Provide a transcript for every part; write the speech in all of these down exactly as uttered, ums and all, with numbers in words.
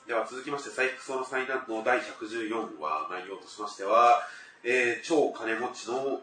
では続きまして、サイクソの災難のだいひゃくじゅうよんわ、内容としましては、えー、超金持ちの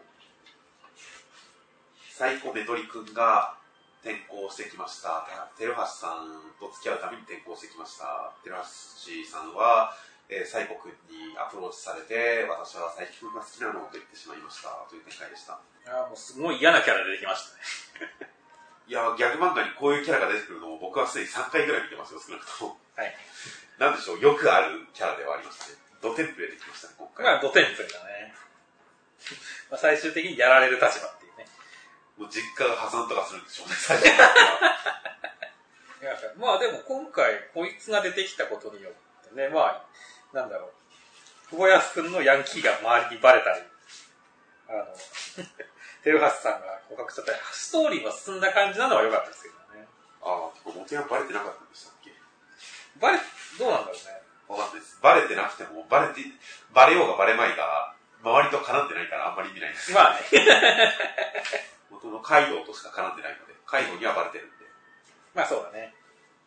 サイコメトリ君が転校してきました。テルハシさんと付き合うために転校してきました。テルハシさんは、えー、サイコ君にアプローチされて、私はサイコ君が好きなのと言ってしまいましたという展開でした。 いやもうすごい嫌なキャラ出てきましたね。 いやギャグ漫画にこういうキャラが出てくるのを僕はすでにさんかいぐらい見てますよ、少なくとも。 はい。 なんでしょう、よくあるキャラではありましたね。ドテンプレできましたね、今回。 まあ、ドテンプレだね。まあ最終的にやられる立場っていうね。 もう実家が破産とかするんでしょうね、最初は。 いやまあでも今回、こいつが出てきたことによってね、まあ、なんだろう、久保安君のヤンキーが周りにバレたり、あの、テルハシさんが告白しちゃったり、ストーリーが進んだ感じなのは良かったですけどね。 ああ、モテはバレてなかったんでしたっけ？ バレ、どうなんだろうね。 わかんないです。バレてなくても、バレて、バレようがバレまいが、周りと絡んでないからあんまり意味ないです。 まあね。 元のカイドウとしか絡んでないので、カイドウにはバレてるんで。 まあそうだね。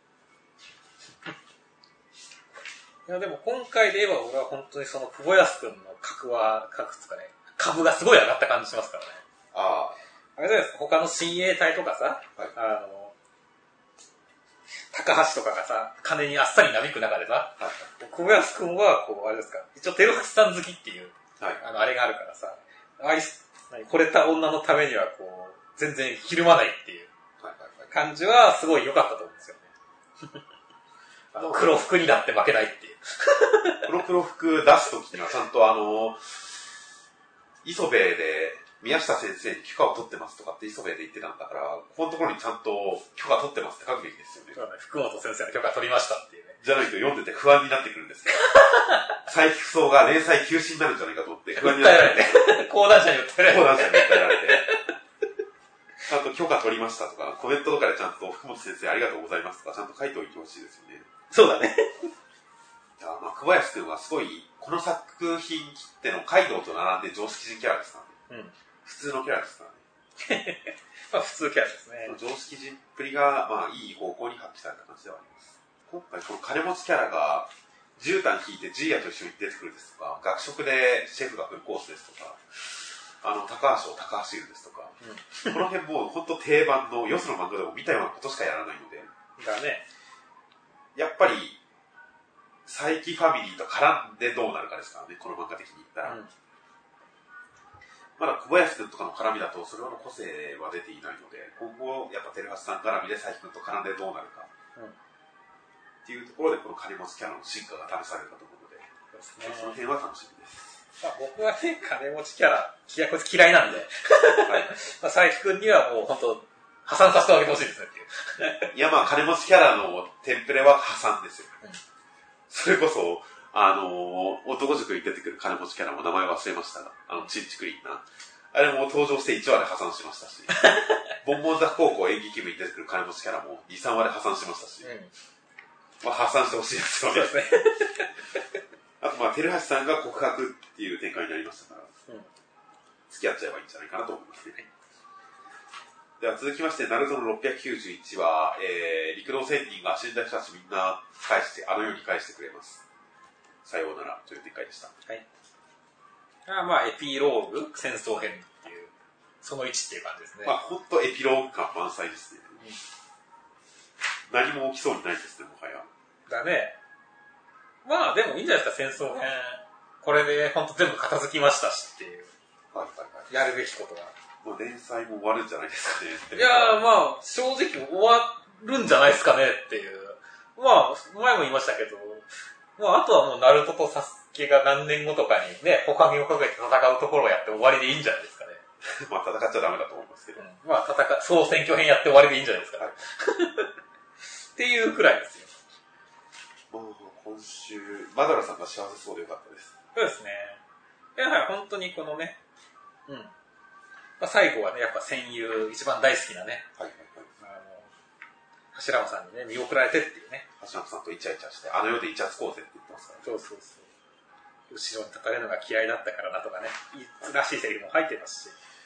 いやでも今回で言えば俺は本当にその久保安君の格は、格つかね、株がすごい上がった感じしますからね。 ああ。あれじゃないですか、他の親衛隊とかさ、はい、あの、高橋とかがさ、金にあっさりなびく中でさ、はい、久保安君はこう、あれですか、一応テルハシさん好きっていう、はい、あの、あれがあるからさ、あいつ、惚れた女のためにはこう、全然ひるまないっていう感じはすごい良かったと思うんですよね。あの黒服になって負けないっていう。 黒黒服出すときにはちゃんとあの、磯部で宮下先生に許可を取ってますとかって磯部で言ってたんだから、ここのところにちゃんと許可取ってますって書くべきですよね。 そうね、福本先生の許可取りましたっていうね。 じゃないと読んでて不安になってくるんですよ。佐伯夫が連載休止になるんじゃないかと思って不安になって。講談社に訴えられて。講談社に訴えられて。ちゃんと許可取りましたとか、コメントとかでちゃんと福本先生ありがとうございますとか、ちゃんと書いておいてほしいですよね。 そうだね。 いやまあ、小林くんはすごい、この作品きってのカイドウと並んで常識人キャラですからね。うん。普通のキャラですからね。 まあ普通キャラですね。 常識人っぷりが、まあいい方向に発揮された感じではあります。今回この金持ちキャラが、絨毯引いてジーヤと一緒に出てくるですとか、学食でシェフが来るコースですとか、あの、高橋を高橋いるですとか、うん、この辺もう本当定番の、よその漫画でも見たようなことしかやらないので。 だね。 やっぱり、佐伯ファミリーと絡んでどうなるかですからね、この漫画的に言ったら。うん、まだ小林くんとかの絡みだと、それほど個性は出ていないので、今後、やっぱテルハシさん絡みで佐伯くんと絡んでどうなるか。うん、っていうところで、この金持ちキャラの進化が試されるかと思うので、そうですね、その辺は楽しみです。 まあ、僕はね、金持ちキャラ、こいつ嫌いなんで、はい、まあ、佐伯くんにはもう本当、破産させてあげてほしいですねっていう。 いや、まあ、金持ちキャラのテンプレは破産ですよ。うん、それこそ、あのー、男塾に出てくる金持ちキャラも名前忘れましたが、あの、チンチクリーンな。あれも登場していちわで破産しましたし、ボンボンザ高校演劇部に出てくる金持ちキャラもに、さんわで破産しましたし、うん、まあ、破産してほしいですよね。そうですね。あと、まあ、テルハシさんが告白っていう展開になりましたから、うん、付き合っちゃえばいいんじゃないかなと思いますね。では続きまして、ナルトのろっぴゃくきゅうじゅういちは、えー、陸道仙人が死んだ人たちみんな返して、あの世に返してくれます。さようならという展開でした。はい。 あまあ、エピローグ、戦争編っていう、そのいちっていう感じですね。 まあ、ほんとエピローグ感満載ですね。うん、何も起きそうにないですね、もはや。 だね。まあ、でもいいんじゃないですか、戦争編。これでほんと全部片付きましたしっていう。はいはいはい。やるべきことが。 もう連載も終わるんじゃないですかね。 いやー、まあ、正直終わるんじゃないですかねっていう。まあ、前も言いましたけど、まあ、あとはもうナルトとサスケが何年後とかにね、ほかげをかけて戦うところをやって終わりでいいんじゃないですかね。 まあ、戦っちゃダメだと思いますけど。うん、 まあ、戦、総選挙編やって終わりでいいんじゃないですかね。はい、っていうくらいですよ。 まあ、今週、マダラさんが幸せそうでよかったです。 そうですね。いや、はい、本当にこのね、うん。まあ、最後はね、やっぱ戦友、一番大好きなね、はいはいはい、あの、柱間さんにね、見送られてっていうね。 柱間さんとイチャイチャして、あの世でイチャつこうぜって言ってますからね。 そうそうそう。後ろに立たれるのが嫌いだったからなとかね、らしいセリフも入ってますし。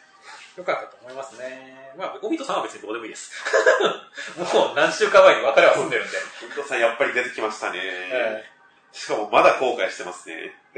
よかったと思いますね。まあ、おびとさんは別にどうでもいいです。もう何週間前に別れは済んでるんで。 おびとさんやっぱり出てきましたね。 えー、しかもまだ後悔してますね。 うん。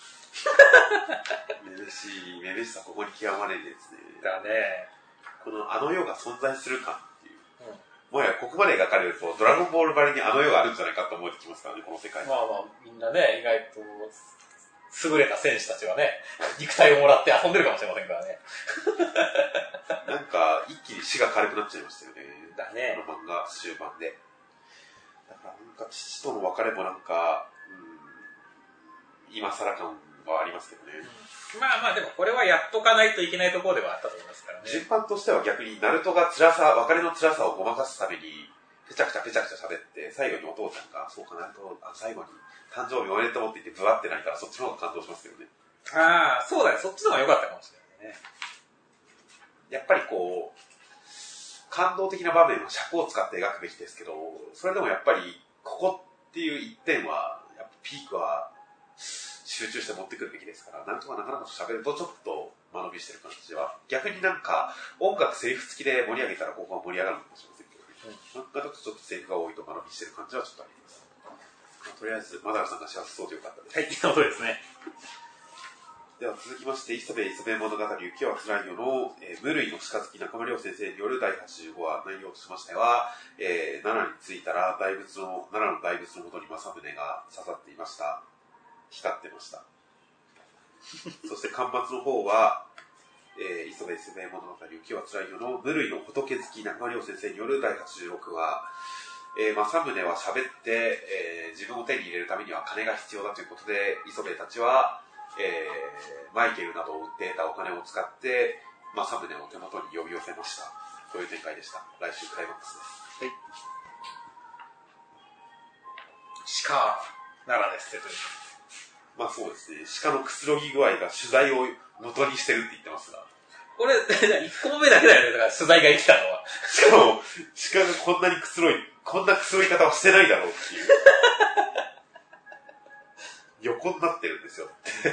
めべしい、めべしさここに極まれんですね。 だね。 このあの世が存在するかっていう。 うん、 もはやここまで描かれると、ドラゴンボールばりにあの世があるんじゃないかと思えてきますからね、この世界。 まあまあ、みんなね、意外と、優れた戦士たちはね、肉体をもらって遊んでるかもしれませんからね。 なんか、一気に死が軽くなっちゃいましたよね。 だね。 この漫画終盤で。だからなんか父との別れもなんか、うん、今更感はありますけどね。 うん、まあまあでもこれはやっとかないといけないところではあったと思いますからね。 順番としては逆に、ナルトが辛さ、別れの辛さをごまかすために、ぺちゃくちゃぺちゃくちゃ喋って、最後にお父ちゃんが、そうかなと、あ最後に、誕生日おめでとうって言ってブワってないからそっちの方が感動しますけどね。 ああ、そうだね。そっちの方が良かったかもしれないね。 やっぱりこう、感動的な場面は尺を使って描くべきですけど、それでもやっぱり、ここっていう一点は、やっぱピークは集中して持ってくるべきですから、なんとかなかなか喋るとちょっと間延びしてる感じは、逆になんか音楽セリフ付きで盛り上げたらここは盛り上がるのかもしれませんけどね。うん、なんかだとちょっとセリフが多いと間延びしてる感じはちょっとあります。とりあえず、マダラさんが幸せそうでよかったです。 はい、そうですね。 では続きまして、磯部磯部物語、雪はつらいよの、えー、無類の鹿好き中村亮先生によるだいはちじゅうごわ、内容としましては、えー、奈良に着いたら大仏の、奈良の大仏のもとに政宗が刺さっていました。光ってました。そして巻末の方は、えー、磯部磯部物語、雪はつらいよの無類の仏好き中村亮先生によるだいはちじゅうろくわ、えー、政宗は喋って、えー、自分を手に入れるためには金が必要だということで、磯部たちは、えー、マイケルなどを売って得たお金を使って、政宗を手元に呼び寄せました。という展開でした。来週クライマックスです。 はい。鹿、奈良ですって。 まあそうですね。鹿のくつろぎ具合が取材を元にしてるって言ってますが。 これ、いっこめだけだよね。だから取材が生きたのは。 しかも、鹿がこんなにくつろい、こんなくつろい方はしてないだろうっていう。横になってるんですよ。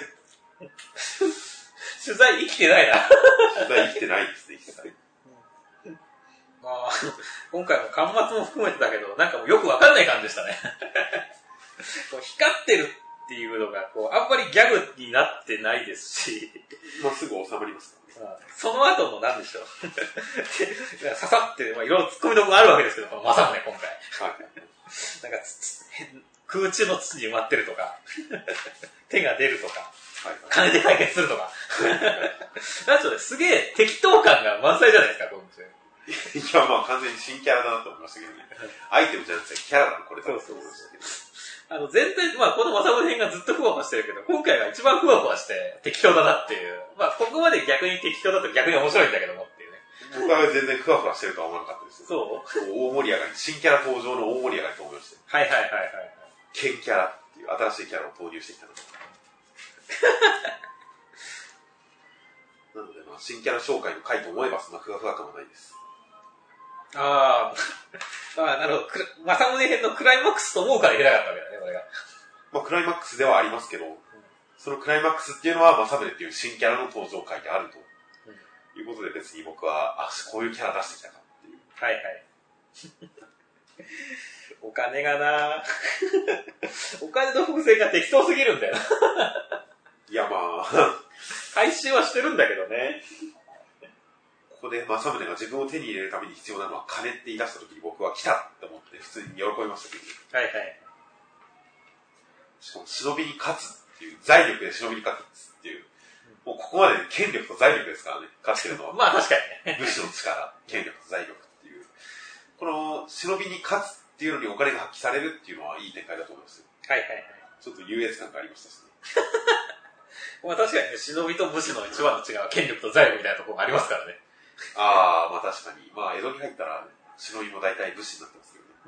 取材生きてないな。 取材生きてないですね、一切。 まあ、今回も巻末も含めてだけど、なんかもうよくわかんない感じでしたね。こう光ってるっていうのが、こう、あんまりギャグになってないですし。 まあすぐ収まりますからね。その後も何でしょう。刺さって、まあいろいろ突っ込みどころがあるわけですけど、この政宗今回。はい。なんかつつ、空中の土に埋まってるとか、手が出るとか、はいはい、金で解決するとか。なんかすげえ適当感が満載じゃないですか、この店。 いや、まあ完全に新キャラだなと思いましたけどね。アイテムじゃなくてキャラだな、これだと思いましたけど。 あの、全体、まあこの政宗編がずっとふわふわしてるけど、今回が一番ふわふわして適当だなっていう。まあここまで逆に適当だと逆に面白いんだけどもっていうね。 僕は全然ふわふわしてるとは思わなかったですよ。 そう大盛り上がり、新キャラ登場の大盛り上がりと思いましたよ。 はいはいはいはい。 剣キャラっていう新しいキャラを投入してきたので。なのでまあ新キャラ紹介の回と思えばそんなふわふわ感はないです。 ああ、ああ、なるほど。政宗編のクライマックスと思うからいけなかったわけだね、これが。 まあクライマックスではありますけど、うん、そのクライマックスっていうのは政宗っていう新キャラの登場回であると、うん、いうことで別に僕は、あ、こういうキャラ出してきたかっていう。 はいはい。お金がなお金の伏線が適当すぎるんだよな。 いやまあ、 回収はしてるんだけどね。 ここで政宗が自分を手に入れるために必要なのは金って言い出した時に僕は来たって思って普通に喜びましたけど、ね。 はいはい。 しかも忍びに勝つっていう、財力で忍びに勝つっていう、もうここまで権力と財力ですからね、勝ってるのは。 まあ確かにね。 武士の力、権力と財力っていう。この忍びに勝つっていうのにお金が発揮されるっていうのはいい展開だと思いますよ。 はいはいはい。 ちょっと優越感がありましたしね。 まあ確かにね、忍びと武士の一番の違いは権力と財力みたいなところもありますからね。 ああ、まあ確かに。まあ江戸に入ったら、忍びも大体武士になってますけどね。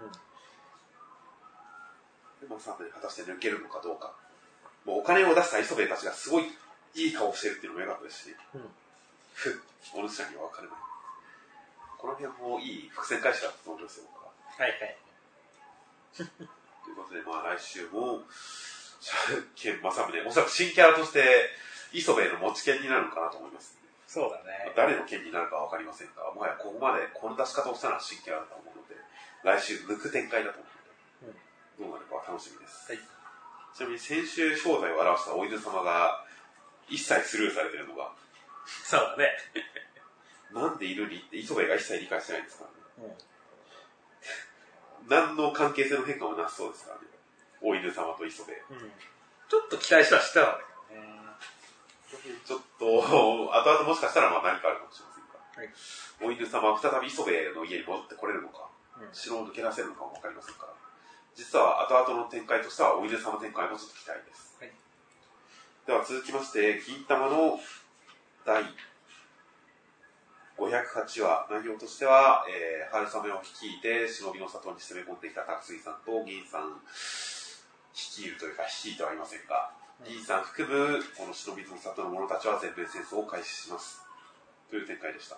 うん、でまあさんねん果たして抜けるのかどうか。もうお金を出した磯部たちがすごいいい顔してるっていうのも良かったですしね。うん、ふっ、お主らには分かるまい。この辺もいい伏線回収だったと思いますよ、僕は。 はいはい。 ということで、まあ来週も、ケン・マサムネ、おそらく新キャラとして、磯部の持ち剣になるのかなと思います。 そうだね。 誰の剣になるかはわかりませんが、もはやここまでこの出し方をしたのは真剣だと思うので、来週抜く展開だと思うので、うん、どうなるかは楽しみです。はい、ちなみに先週正体を表したお犬様が一切スルーされているのが、 そうだね。 なんでいるにって磯部が一切理解してないんですからね。うん、何の関係性の変化もなさそうですからね。お犬様と磯部、うん。 ちょっと期待してはしてたんだけどね。 ちょっと、後々もしかしたらまあ何かあるかもしれませんが、はい、お犬様は再び磯部の家に戻ってこれるのか、うん、城を抜け出せるのかもわかりませんから、実は後々の展開としてはお犬様展開もちょっと期待です。はい、では続きまして、銀玉のだいごひゃくはちわ、内容としては、えー、春雨を率いて忍びの里に攻め込んできた高杉さんと銀さん率いるというか率いてはいませんが、銀さん含むこの忍びの里の者たちは全面戦争を開始しますという展開でした。い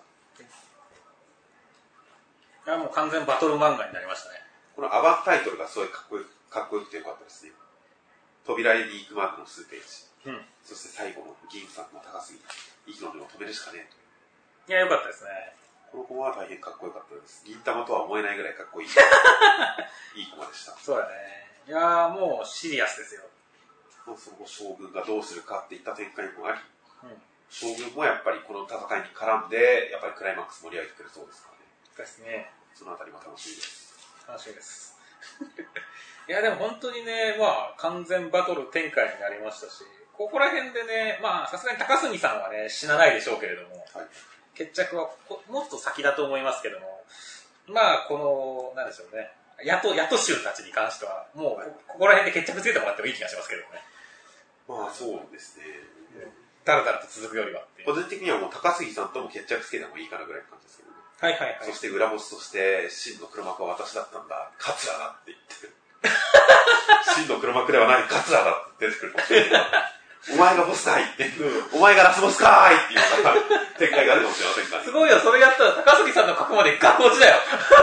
や、もう完全バトル漫画になりましたね。 このアバンタイトルがすごいかっこよく、かっこよくてよかったですね。扉に行くまでの数ページ、うん、そして最後の銀さんの高杉、息の根を止めるしかねえと。 いや、よかったですね。 このコマは大変かっこよかったです。銀玉とは思えないぐらいかっこいいいいコマでした。 そうだね。いやー、もうシリアスですよ。 その後将軍がどうするかっていった展開もあり、うん、将軍もやっぱりこの戦いに絡んでやっぱりクライマックス盛り上げてくれそうですからね。 ですね。 そのあたりも楽しみです。 楽しみですいやでも本当にね、まあ完全バトル展開になりましたし、ここら辺でね、まあさすがに高杉さんはね死なないでしょうけれども、はい、決着はもっと先だと思いますけども、まあこのなんでしょうね、野党野党衆たちに関してはもう、はい、ここら辺で決着つけてもらってもいい気がしますけどね。 まあそうですね。 だらだらと続くよりはっていう。 個人的にはもう高杉さんとも決着つけてもいいかなぐらいの感じですけどね。 はいはいはい。 そして裏ボスとして真の黒幕は私だったんだ、桂だって言ってる。真の黒幕ではない桂だって出てくるかもしれない。お前がボスかいって、お前がラスボスかいっていう展開があるかもしれませんから、ね。 すごいよ、それやったら高杉さんの過去までガコ落ちだよ。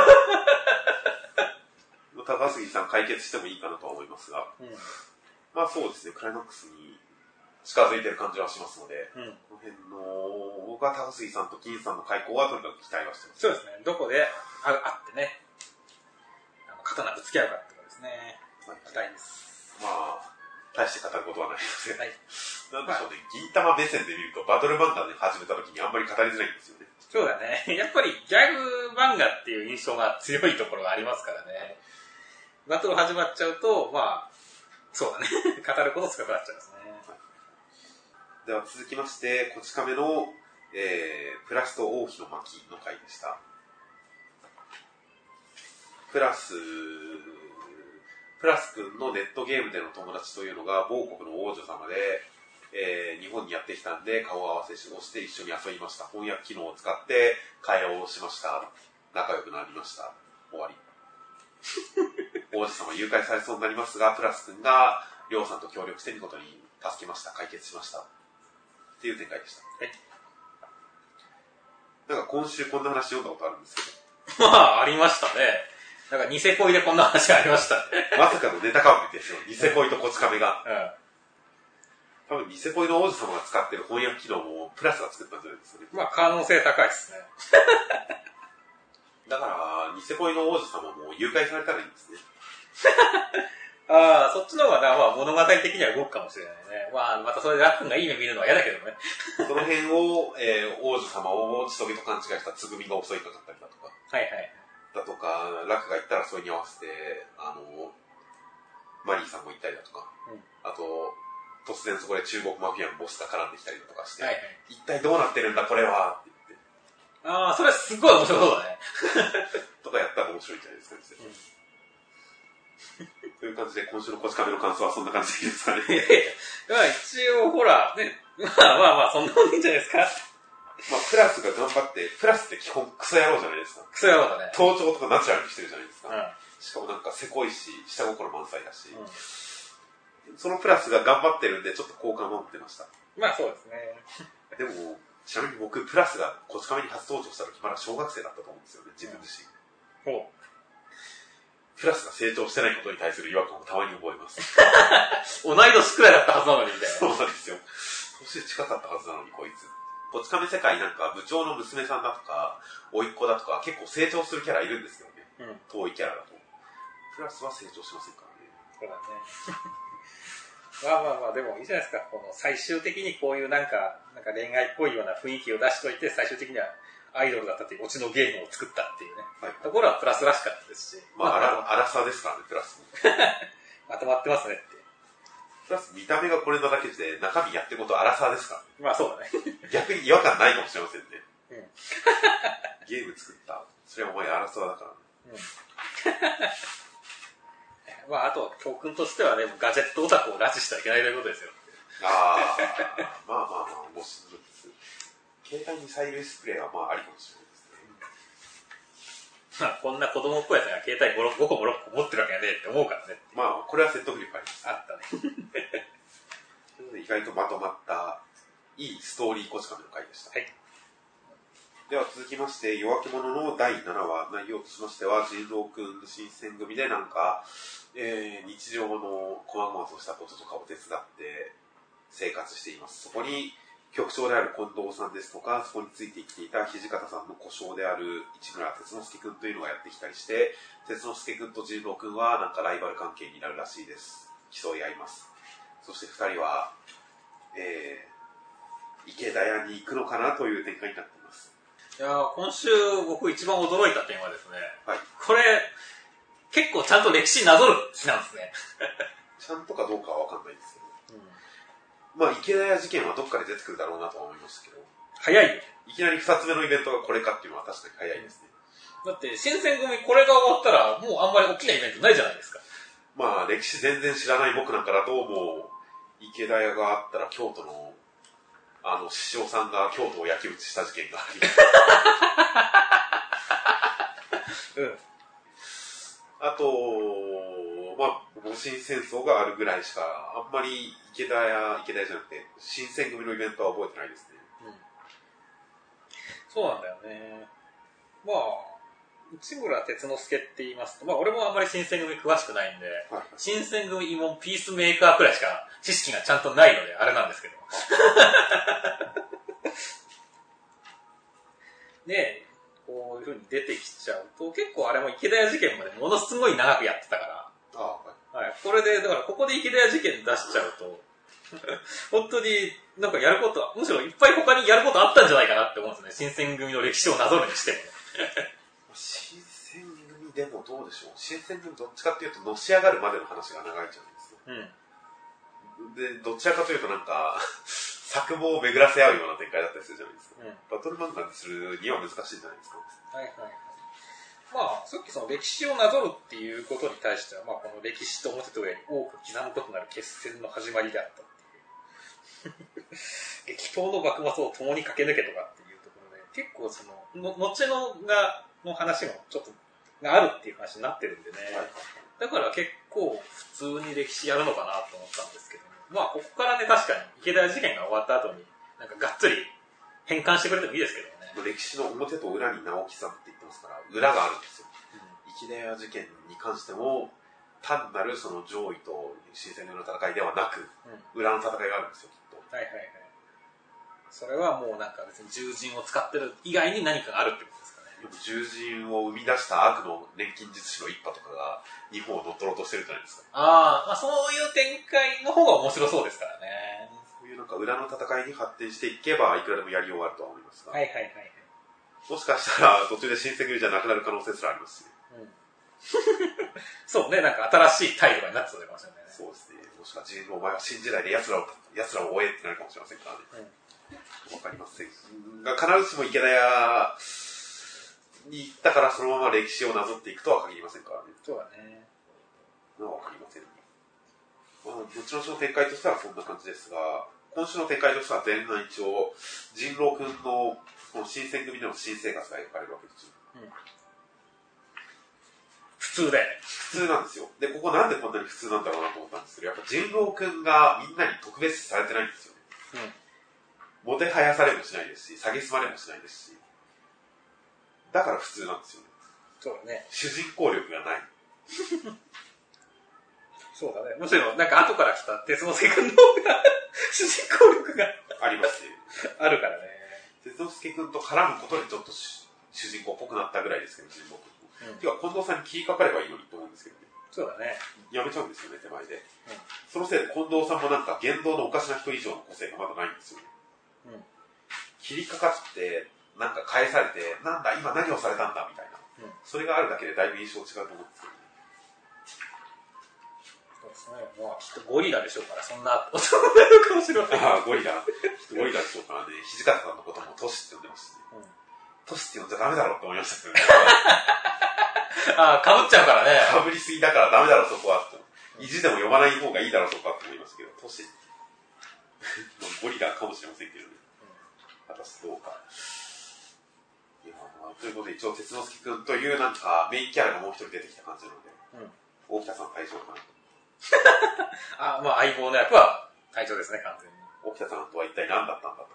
高杉さん解決してもいいかなとは思いますが、うん、まあそうですね、クライマックスに近づいてる感じはしますので、うん、この辺の僕は高杉さんと金さんの開口はとにかく期待はしてます。 そうですね、どこで会ってね、あの刀ぶつけ合うかってことですね、はい、期待です。 まあ大して語ることはないので、はい、なんでしょうね、銀玉目線で見るとバトル漫画で始めた時にあんまり語りづらいんですよね。 そうだね、やっぱりギャグ漫画っていう印象が強いところがありますからね。バトル始まっちゃうと、まあ、そうだね。語ること少なくなっちゃいますね。はい、 では続きまして、こち亀の、えー、プラスと王妃の巻の回でした。プラス、プラス君のネットゲームでの友達というのが某国の王女様で、えー、日本にやってきたんで顔合わせをして一緒に遊びました。翻訳機能を使って会話をしました。仲良くなりました。終わり。王子様誘拐されそうになりますが、プラス君がりょうさんと協力して見事に助けました。解決しました。っていう展開でした。なんか今週こんな話読んだことあるんですけど。まあ、ありましたね。なんかニセ恋でこんな話がありましたね。 まさかのネタかぶりですよ。ニセ恋とこち亀が。うん、多分ニセ恋の王子様が使ってる翻訳機能もプラスが作ったんじゃないですかね。 まあ可能性高いですね。 だから、ニセ恋の王子様も誘拐されたらいいんですね。 ああ、そっちの方が、まあ、物語的には動くかもしれないね。まあ、またそれでラックンがいい目見るのは嫌だけどね。 その辺を、えー、王女様を千棘と勘違いしたつぐみが襲いかかったりだとか。 はいはい。 だとか、ラックが行ったらそれに合わせて、あの、マリーさんも行ったりだとか。うん、あと、突然そこで中国マフィアのボスが絡んできたりだとかして、はいはい、一体どうなってるんだこれはって言って。 ああ、それはすごい面白そうだね。 とかやったら面白いんじゃないですかね。うん、という感じで今週のこち亀の感想はそんな感じでいいですかね。 まあ一応ほら、ね、まあまあまあそんなもんいいんじゃないですか。 まあプラスが頑張って、プラスって基本クソ野郎じゃないですか。 クソ野郎だね。 盗聴とかナチュラルにしてるじゃないですか。うん、しかもなんかせこいし、下心満載だし、うん、そのプラスが頑張ってるんでちょっと好感を持ってました。 まあそうですね。 でも、ちなみに僕、プラスがこち亀に初登場した時まだ小学生だったと思うんですよね、自分自身。うん、プラスが成長してないことに対する違和感をたまに覚えます。 同い年くらいだったはずなのにみたいな。 そうなんですよ。年近かったはずなのにこいつ。 こち亀世界なんか部長の娘さんだとか、甥っ子だとか結構成長するキャラいるんですけどね。うん、遠いキャラだと。プラスは成長しませんからね。 そうだね。まあまあまあ、でもいいじゃないですか。この最終的にこういうなんか、なんか恋愛っぽいような雰囲気を出しといて、最終的にはアイドルだったっていうオチのゲームを作ったっていうね。はい、ところはプラスらしかったですし。 まあ、まあ、あらさですからね、プラス。 まとまってますねって。 プラス見た目がこれなだけで中身やってることアラサーですから。 まあそうだね。 逆に違和感ないかもしれませんね。うん、ゲーム作った。それはお前アラサーだからね。 うん、まああと教訓としてはね、ガジェットオタクを拉致したらいけないということですよ。 ああ、まあまあまあ、面白いです。携帯ミサイルディスプレイはまあありかもしれないですね。 まあこんな子供っぽいやつが携帯ごこもろっこ持ってるわけやねえって思うからね。 まあこれは説得力あります。 あったね。 ということで意外とまとまったいいストーリーこち亀の回でした。はい。では続きまして、夜明け者のだいななわ、内容としましては、人狼くん新選組でなんか、えー、日常の細々としたこととかを手伝って生活しています。そこに局長である近藤さんですとか、そこについてきていた土方さんの故障である市村哲之助くんというのがやってきたりして、哲之助くんと人狼くんはなんかライバル関係になるらしいです。競い合います。そして二人は、えー、池田屋に行くのかなという展開になっています。 いやー、今週僕一番驚いた点はですね、はい、これ結構ちゃんと歴史になぞる日なんですね。 ちゃんとかどうかは分かんないですけど、うん、まあ池田屋事件はどっかで出てくるだろうなとは思いますけど、 早いよね。 いきなり二つ目のイベントがこれかっていうのは確かに早いですね。 だって新選組これが終わったらもうあんまり大きなイベントないじゃないですか。 まあ歴史全然知らない僕なんかだともう池田屋があったら京都のあの師匠さんが京都を焼き討ちした事件がありうん、あとまあ戊辰戦争があるぐらいしかあんまり池田屋池田屋じゃなくて新選組のイベントは覚えてないですね、うん、 そうなんだよね。まあ内村哲之助って言いますと、まあ俺もあんまり新選組詳しくないんで、はい、新選組もピースメーカーくらいしか知識がちゃんとないのであれなんですけど。で、こういう風に出てきちゃうと、結構あれも池田屋事件までものすごい長くやってたから、あ、はいはい、これで、だからここで池田屋事件出しちゃうと、本当になんかやること、むしろいっぱい他にやることあったんじゃないかなって思うんですね。新選組の歴史をなぞるにしてもね。 新選組でもどうでしょう。新選組どっちかっていうとのし上がるまでの話が長いじゃないですか。うん、でどちらかというとなんか作望を巡らせ合うような展開だったりするじゃないですか。うん、バトル漫画にするには難しいんじゃないですか。 はいはいはい。まあさっきその歴史をなぞるっていうことに対しては、まあこの歴史と表と裏に多く刻むことなる決戦の始まりであったっていう激闘の幕末を共に駆け抜けとかっていうところで、結構そのの後のがの話もちょっとがあるっていう話になってるんでね、はい、だから結構普通に歴史やるのかなと思ったんですけど、まあここからね確かに池田事件が終わった後になんかがっつり変換してくれてもいいですけどね。 歴史の表と裏に直木さんって言ってますから裏があるんですよ、うん、池田屋事件に関しても単なるその上位と新選組の戦いではなく、うん、裏の戦いがあるんですよきっと。はいはいはい。 それはもうなんか別に獣人を使ってる以外に何かがあるってことですかね。 獣人を生み出した悪の錬金術師の一派とかが日本を乗っ取ろうとしてるじゃないですか。 ああ、まあそういう展開の方が面白そうですからね。 そういうなんか裏の戦いに発展していけばいくらでもやりようがあるとは思いますが。 はいはいはい。 もしかしたら途中で新選組じゃなくなる可能性すらありますし、ね。うん、 そうね、なんか新しい態度になってそうかもしれないね。 そうですね。もしくは人狼お前は新時代で奴らを、奴らを追えってなるかもしれませんからね。わ、うん、かりませんが、必ずしも池田屋に行ったからそのまま歴史をなぞっていくとは限りませんからね。 そうだね。 わかりませんね。まあ、後々の展開としてはそんな感じですが、今週の展開としては前半一応、人狼くんのこの新選組での新生活が描かれるわけですよ。うん、 普通だよね。 普通なんですよ。で、ここなんでこんなに普通なんだろうなと思ったんですけど、やっぱ人狼くんがみんなに特別視されてないんですよね。うん、もてはやされもしないですし、蔑まれもしないですし、だから普通なんですよね。 そうだね。 主人公力がない。 そうだね。むしろなんか後から来た哲之助くんの方が主人公力がありますね。 あるからね。 鉄之助君と絡むことでちょっと主人公っぽくなったぐらいですけど、人物君も。うん、てか、近藤さんに切りかかればいいのにと思うんですけどね。 そうだね。 やめちゃうんですよね、手前で。うん、そのせいで近藤さんもなんか言動のおかしな人以上の個性がまだないんですよね。うん、切りかかって、なんか返されて、なんだ、今何をされたんだみたいな。うん、それがあるだけでだいぶ印象違うと思うんですけどね。 そうですね。まあ、きっとゴリラでしょうから、そんなことになるかもしれない。 ああ、ゴリラ。きっとゴリラでしょうからね。土方さんのこともトシって呼んでますしね。うん、トシって呼んじゃダメだろうって思いましたけどね。 ああ、かぶっちゃうからね。 かぶりすぎだからダメだろう、そこは。意地でも呼ばない方がいいだろう、そこはって思いますけど、トシ。ゴリラかもしれませんけどね。うん、果たしてどうか。いや、まあ、ということで、一応、鉄之助君というなんか、メインキャラがもう一人出てきた感じなので、うん、大北さん退場かなと。 あ、まあ、相棒の役は退場ですね、完全に。 大北さんとは一体何だったんだと。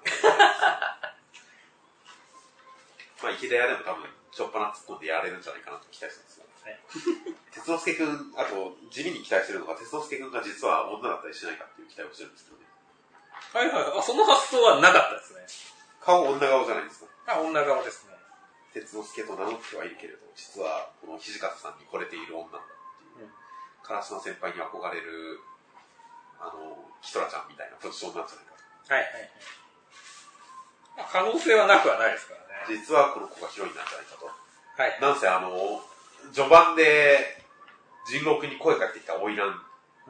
まあ、池田屋でも多分、しょっぱな突っ込んでやれるんじゃないかなと期待してますよ。ね、鉄之助君、あと、地味に期待してるのが、鉄之助君が実は女だったりしないかっていう期待をしてるんですけどね。 はいはい。あ、その発想はなかったですね。 顔女顔じゃないですか。 あ、女顔ですね。 鉄之助と名乗ってはいるけれど、実は、この土方さんに惚れている女だっていう。うん、唐島先輩に憧れる、あの、キトラちゃんみたいなポジションなんじゃないかと。 はいはいはい。まあ、可能性はなくはないですからね。 実はこの子がヒロインなんじゃないかと。 はい。 なんせあの、序盤で、人狼君に声かけてきた花魁。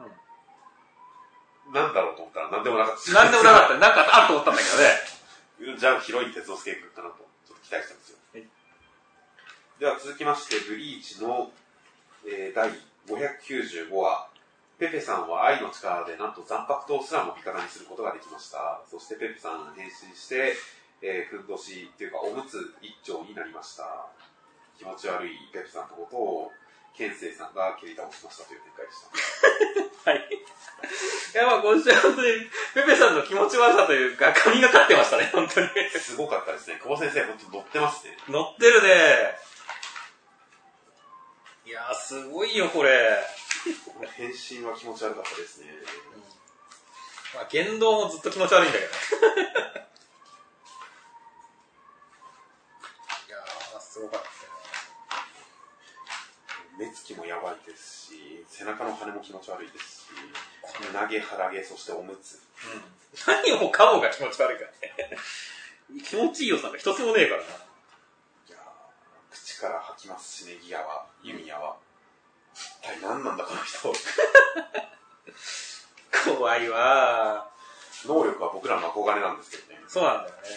うん。なんだろうと思ったら何でもなかった。 何でもなかった。なんかあると思ったんだけどね。 じゃあヒロイン鉄之助君かなと、ちょっと期待したんですよ。はい、では続きまして、ブリーチの、えー、だいごひゃくきゅうじゅうごわ。ペペさんは愛の力でなんと残白刀すらも味方にすることができました。そしてペペさん変身して、えー、ふんどしっていうかおむつ一丁になりました。気持ち悪いペペさんのことをケンセイさんが蹴り倒しましたという展開でした。 はい。いや、まあ今週は本当にペペさんの気持ち悪さというか神がかってましたね、本当に。 すごかったですね。久保先生本当乗ってますね。 乗ってるね。いやーすごいよこれ。 変身は気持ち悪かったですね。 うん、まあ言動もずっと気持ち悪いんだけど。いやーすごかったね。 目つきもやばいですし、背中の羽も気持ち悪いですし、投げ、腹毛、そしておむつ。うん、 何をカモが気持ち悪いかね。気持ちいいよさんが一つもねえからな。いやー、口から吐きますしね、ギアは、弓矢は。一体何なんだこの人。 怖いわー。能力は僕らの憧れなんですけどね。 そうなんだよね。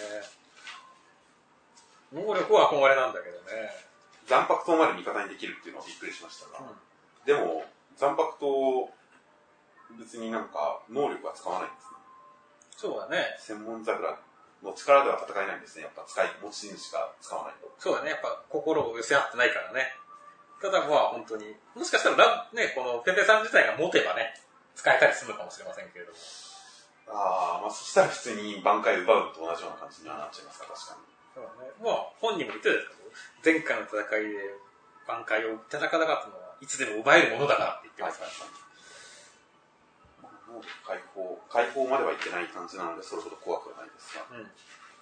能力は憧れなんだけどね。 残白刀まで味方にできるっていうのはびっくりしましたが、うん、でも残白刀別になんか能力は使わないんですね。 そうだね。 専門桜の力では戦えないんですね。やっぱ使い持ち主しか使わないと。 そうだね。やっぱ心を寄せ合ってないからね。ただまあ本当にもしかしたらねこのペペさん自体が持てばね使えたりするのかもしれませんけれども。 ああ、まあそしたら普通に挽回奪うのと同じような感じにはなっちゃいますか、確かに。 そうだね。まあ本人も言ってたですけど、前回の戦いで挽回をいただかなかったのはいつでも奪えるものだからって言ってますから。 能力解放、解放まではいってない感じなのでそれほど怖くはないですが。うん。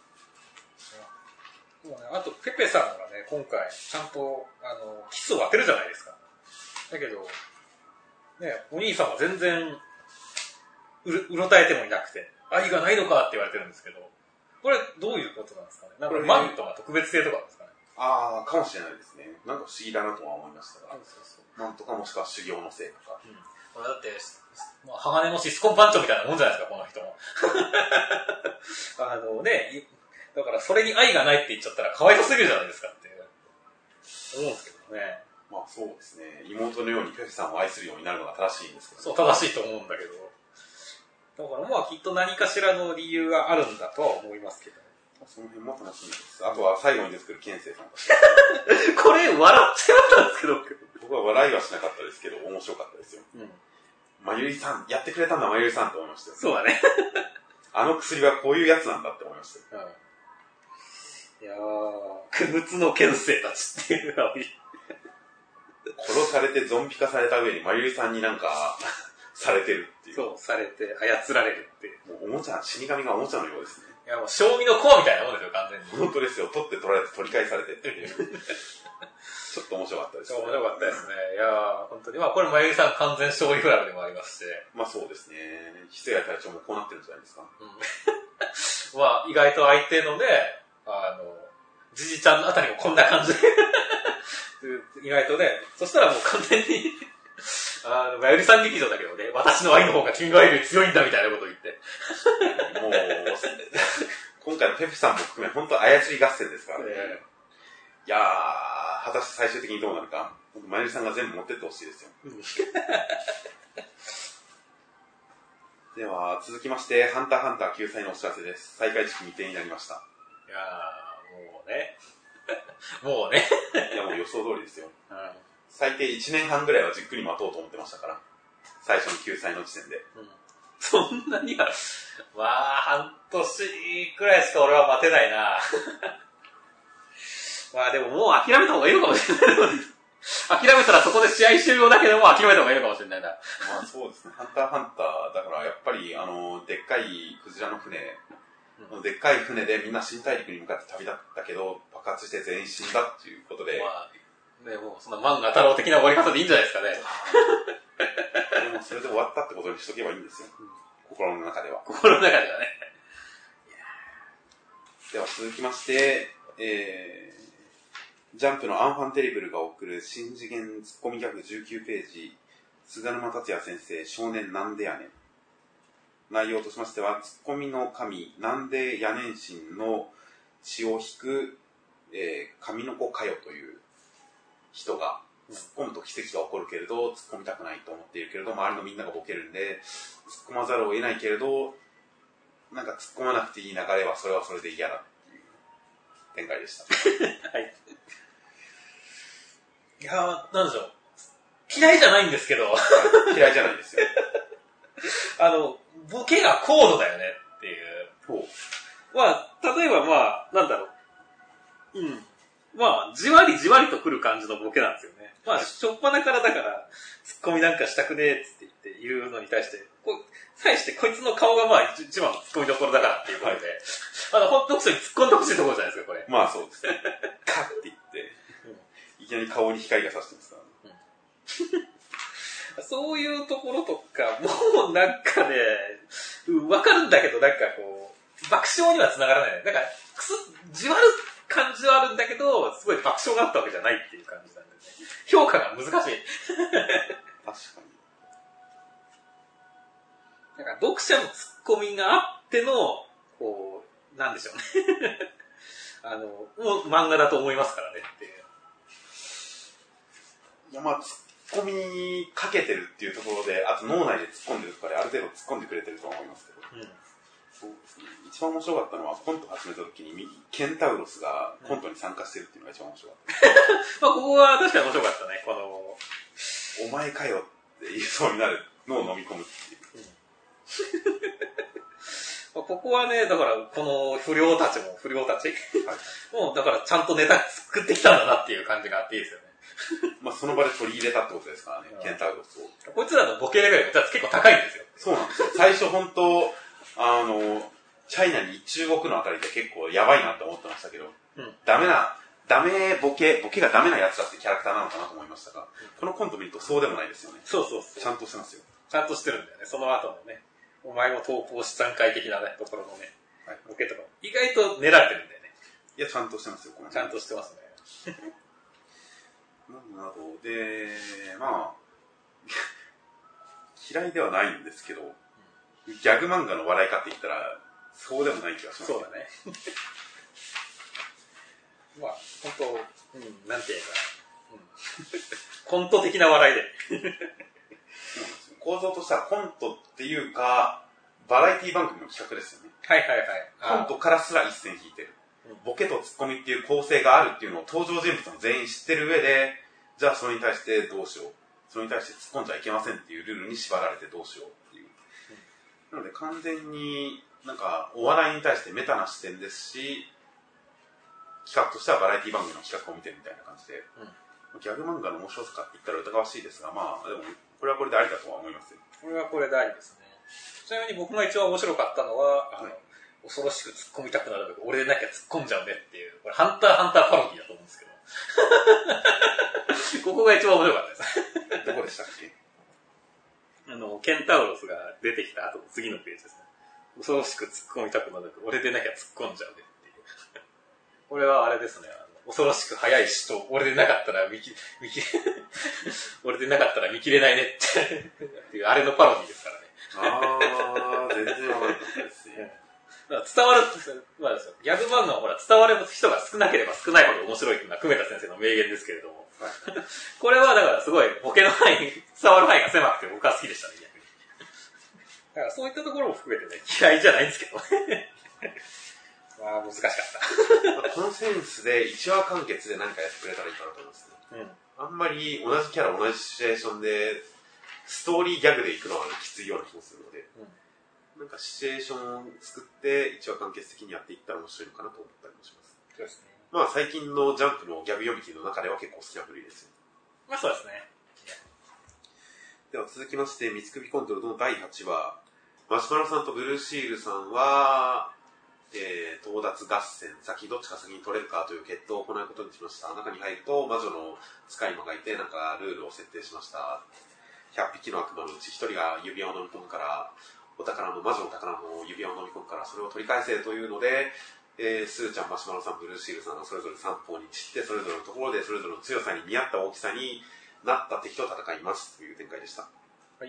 もうね、あとペペさんがね今回ちゃんとあのキスを当てるじゃないですか。だけどねお兄さんは全然うろうろたえてもいなくて愛がないのかって言われてるんですけど、これどういうことなんですかね。なんかマントが特別性とかなんですかね。 ああ、かもしれないですね。なんか不思議だなとは思いましたが、そうそうそう、なんとかもしくは修行のせいとか。うん、 これだって、まあ、鋼のシスコンパンチョみたいなもんじゃないですか、この人も。あのね、だからそれに愛がないって言っちゃったらかわいそうすぎるじゃないですかって思うんですけどね。 まあそうですね。妹のようにペペさんを愛するようになるのが正しいんですけど、 ね、そう、正しいと思うんだけど。だからまあきっと何かしらの理由があるんだとは思いますけど。 その辺も楽しみです。あとは最後に出てくるケンセイさんこれ笑っちゃったんですけど。 僕は笑いはしなかったですけど、面白かったですよ。うん。まゆりさん、やってくれたんだまゆりさんと思いましたよ。 そうだね。 あの薬はこういうやつなんだって思いましたよ。 うん、いやー、くむつのケンセイたちっていうのは殺されてゾンビ化された上にまゆりさんになんか、 されてるっていう。 そう、されて、操られるっていう。 もうおもちゃ、死神がおもちゃのようですね。 いや、もう、将棋の駒みたいなもんですよ、完全に。 本当ですよ。取って取られて取り返されてっていう。ちょっと面白かったですね。 面白かったですね。いやー、本当に。まあ、これ、まゆりさん完全将棋クラブでもありますし。 まあそうですね。翡翠谷隊長もこうなってるんじゃないですか。 うん、まあ、意外と相手のね、あの、じじちゃんのあたりもこんな感じで。意外とね、そしたらもう完全に、あの、まゆりさん劇場だけどね、私の愛の方が君が愛より強いんだみたいなことを言って。 もう、今回のペプさんも含め、本当操り合戦ですからね。ねいやー、果たして最終的にどうなるか。まゆりさんが全部持ってってほしいですよ。うん、では、続きまして、ハンターハンター救済のお知らせです。再開時期未定になりました。 いやー、もうね。もうね。 いや、もう予想通りですよ。うん、最低いちねんはんぐらいはじっくり待とうと思ってましたから。最初の救済の時点で。うん、 そんなには、まあ、半年くらいしか俺は待てないな。まあでももう諦めた方がいいのかもしれない。諦めたらそこで試合終了だけでも諦めた方がいいのかもしれないな。 まあそうですね。ハンターハンター、だからやっぱり、あの、でっかいクジラの船、うん、でっかい船でみんな新大陸に向かって旅立ったけど、爆発して全員死んだっていうことで。 まあ、ね、もうそんな漫画太郎的な終わり方でいいんじゃないですかね。 でもそれで終わったってことにしとけばいいんですよ。うん、心の中では。 心の中ではね。 では続きまして、えー、ジャンプのアンファンテリブルが送る新次元ツッコミギャグじゅうきゅうページ、菅沼達也先生、少年なんでやねん。内容としましては、ツッコミの神、なんでやねん神の血を引く、えー、神の子かよという人が、突っ込むと奇跡が起こるけれど、突っ込みたくないと思っているけれど、周りのみんながボケるんで、突っ込まざるを得ないけれど、なんか突っ込まなくていい流れはそれはそれで嫌だっていう展開でした。 はい。いやー、なんでしょう。嫌いじゃないんですけど。 嫌いじゃないですよ。 あの、ボケが高度だよねっていう。ほう。まあ、例えばまあ、なんだろう。うん。まあ、じわりじわりと来る感じのボケなんですよね。まあ、しょっぱなからだから、ツッコミなんかしたくねえって言って言うのに対して、こ対してこいつの顔がまあ一番のツッコミどころだからっていうことで、はい、あの、本当に突っ込んでほしいところじゃないですか、これ。 まあそうですね。カッて言って、うん、いきなり顔に光が差してますから、ね。 うん、そういうところとか、もうなんかね、わかるんだけど、なんかこう、爆笑には繋がらない。なんか、くす、じわる感じはあるんだけど、すごい爆笑があったわけじゃないっていう感じなんでね。評価が難しい。確かに。 なんか読者のツッコミがあっての、こう、なんでしょうね。あの、もう漫画だと思いますからねっていう。 いや、まあ、ツッコミにかけてるっていうところで、あと脳内で突っ込んでるとかである程度突っ込んでくれてると思いますけど。うん、そうですね。一番面白かったのは、コント始めた時に、ケンタウロスがコントに参加してるっていうのが一番面白かった。 まあ、ここは確かに面白かったね、この、 お前かよって言いそうになるのを飲み込むっていう。うんここはね、だから、この不良たちも、不良たち、はい、もう、だからちゃんとネタ作ってきたんだなっていう感じがあっていいですよね。 まあ、その場で取り入れたってことですからね、ケンタウロスを。 こいつらのボケレベルが結構高いんですよ。 そうなんですよ。最初本当、あの、チャイナに中国のあたりで結構やばいなって思ってましたけど、うん、ダメな、ダメボケ、ボケがダメなやつだってキャラクターなのかなと思いましたが、うん、このコント見るとそうでもないですよね。 そうそうそう。 ちゃんとしてますよ。 ちゃんとしてるんだよね。その後のね、お前も投稿資産会的なね、ところのね、はい、ボケとか、意外と練られてるんだよね。 いや、ちゃんとしてますよ、このちゃんとしてますね。 などで、まあ、嫌いではないんですけど、うん、ギャグ漫画の笑いかって言ったら、そうでもない気がします、 ね。そうだね。まあ、本当、うん、なんていうか、うん、コント的な笑いで。 構造としてはコントっていうか、バラエティ番組の企画ですよね。 はいはいはい。 コントからすら一線引いてる。ボケとツッコミっていう構成があるっていうのを登場人物も全員知ってる上で、じゃあそれに対してどうしよう。それに対して突っ込んじゃいけませんっていうルールに縛られてどうしようっていう。うん、なので完全になんかお笑いに対してメタな視点ですし、企画としてはバラエティ番組の企画を見てるみたいな感じで、うん、ギャグ漫画の面白さかって言ったら疑わしいですが、まあでもこれはこれでありだとは思いますよ。 これはこれでありですね。ちなみに僕が一番面白かったのは、あの、はい、恐ろしく突っ込みたくなるけど、俺でなきゃ突っ込んじゃうねっていう、これハンターハンターパロディだと思うんですけど。ここが一番面白かったです。 どこでしたっけ？ あの、ケンタウロスが出てきた後の次のページですね。恐ろしく突っ込みたくなるけど、俺でなきゃ突っ込んじゃうねっていう。これはあれですね。あの恐ろしく速い死と、俺でなかったら見き、見き、俺でなかったら見切れないねっていう、あれのパロディですからね。 あー、全然わかんないですね。 だから伝わる、まあ、ギャグ漫画はほら、伝わる人が少なければ少ないほど面白いっていうのは、久米田先生の名言ですけれども。はい、これはだからすごい、ボケの範囲、伝わる範囲が狭くて僕は好きでしたね、逆に。だからそういったところも含めてね、嫌いじゃないんですけどね。まあ、難しかった。 このセンスでいちわ完結で何かやってくれたらいいかなと思いますね。うん、あんまり同じキャラ、同じシチュエーションで、ストーリーギャグでいくのはきついような気もするので、うん、なんかシチュエーションを作っていちわ完結的にやっていったら面白いのかなと思ったりもします。 そうですね。 まあ最近のジャンプのギャグ読み切りの中では結構好きな部類ですよ。 まあそうですね。 では続きまして、三つ首コントロのだいはちわ。マシュマロさんとブルーシールさんは、えー、到達合戦、先どっちか先に取れるかという決闘を行うことにしました。中に入ると魔女の使い魔がいて、なんかルールを設定しました。ひゃっぴきの悪魔のうちひとりが指輪を飲み込むから、お宝の魔女の宝の指輪を飲み込むから、それを取り返せというので、えー、スーちゃん、マシュマロさん、ブルーシールさんがそれぞれ三方に散って、それぞれのところでそれぞれの強さに見合った大きさになった敵と戦いますという展開でした。 はい。